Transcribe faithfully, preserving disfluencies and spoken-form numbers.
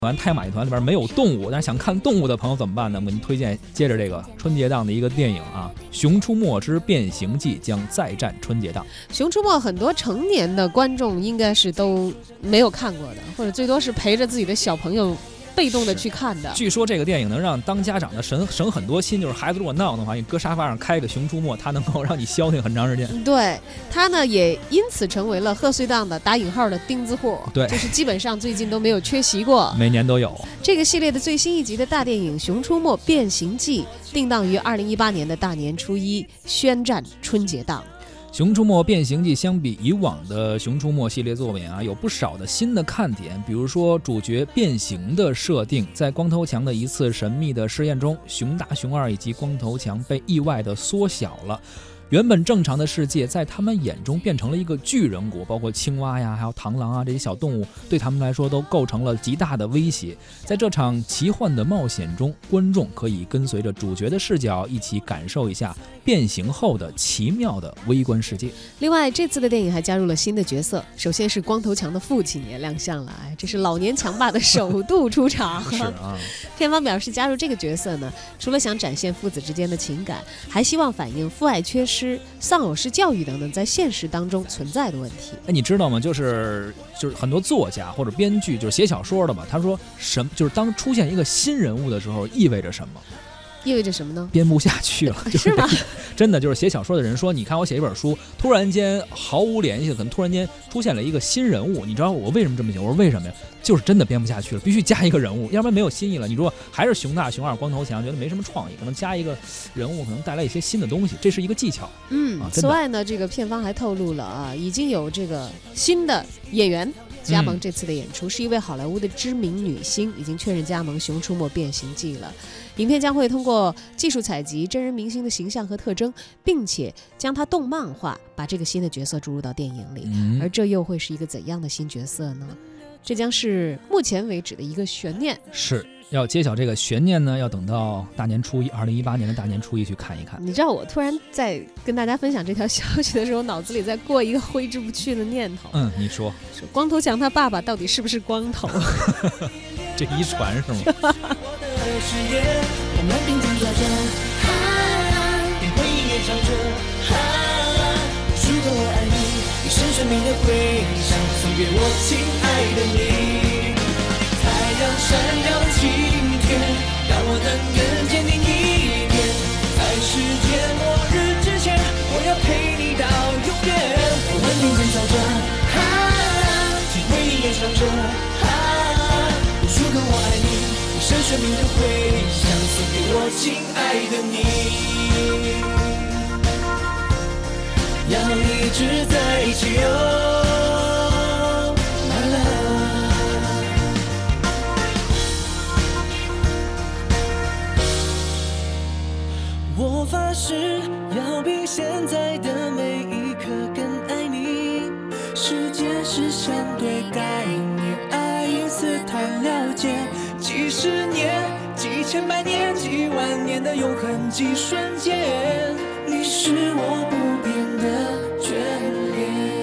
团泰马戏团里边没有动物，但是想看动物的朋友怎么办呢？我给您推荐接着这个春节档的一个电影啊，《熊出没之变形记》将再战春节档。 《熊出没》很多成年的观众应该是都没有看过的，或者最多是陪着自己的小朋友被动的去看的。 据说这个电影能让当家长的省省很多心，就是孩子如果闹的话，你搁沙发上开个《熊出没》，它能够让你消停很长时间。 对，它呢也因此成为了贺岁档的打引号的钉子户， 对， 就是基本上最近都没有缺席过， 每年都有。 这个系列的最新一集的大电影《熊出没变形记》定档于二零一八年的大年初一宣战春节档。 《熊出没变形记》相比以往的《熊出没》系列作品啊，有不少的新的看点，比如说主角变形的设定，在光头强的一次神秘的试验中，熊大、熊二以及光头强被意外的缩小了。原本正常的世界在他们眼中变成了一个巨人国，包括青蛙呀还有螳螂啊这些小动物对他们来说都构成了极大的威胁。在这场奇幻的冒险中，观众可以跟随着主角的视角一起感受一下变形后的奇妙的微观世界。 另外这次的电影还加入了新的角色，首先是光头强的父亲也亮相了，哎，这是老年强霸的首度出场。 是啊， 片方表示加入这个角色呢，除了想展现父子之间的情感，还希望反映父爱缺失、丧偶式教育等等在现实当中存在的问题。 哎，你知道吗？就是就是很多作家或者编剧，就是写小说的吧，他说什么？就是当出现一个新人物的时候，意味着什么？ 意味着什么呢？ 编不下去了，就是吗？ 真的就是写小说的人说，你看我写一本书，突然间毫无联系，可能突然间出现了一个新人物，你知道我为什么这么写？我说为什么呀？就是真的编不下去了，必须加一个人物，要不然没有新意了。你说还是熊大、熊二、光头强，觉得没什么创意，可能加一个人物，可能带来一些新的东西，这是一个技巧。 嗯，啊、此外呢，这个片方还透露了啊，已经有这个新的演员加盟这次的演出，嗯、是一位好莱坞的知名女星，已经确认加盟《熊出没变形记》了。影片将会通过技术采集真人明星的形象和特征，并且将它动漫化，把这个新的角色注入到电影里。嗯、而这又会是一个怎样的新角色呢？这将是目前为止的一个悬念。 是要揭晓这个悬念呢，要等到大年初一，二零一八年的大年初一去看一看。 你知道我突然在跟大家分享这条消息的时候，脑子里在过一个挥之不去的念头。 嗯，你说， 说光头强他爸爸到底是不是光头？ 这遗传是吗？我们并肩走着，连回忆也唱着，如果我爱你，一生生命的回响，送给我亲爱的你。太阳闪耀的晴天，让我能更坚定一点。在世界末日之前，我要陪你到永远。我们并肩走着，听回忆也唱着，如果我爱你，一生生命的回响，送给我亲爱的你，要一直在一起哦 ，My love。我发誓要比现在的每一刻更爱你，时间是相对概念，爱因斯坦了解。几十年、几千百年、几万年的永恒，几瞬间，你是我不变的眷恋。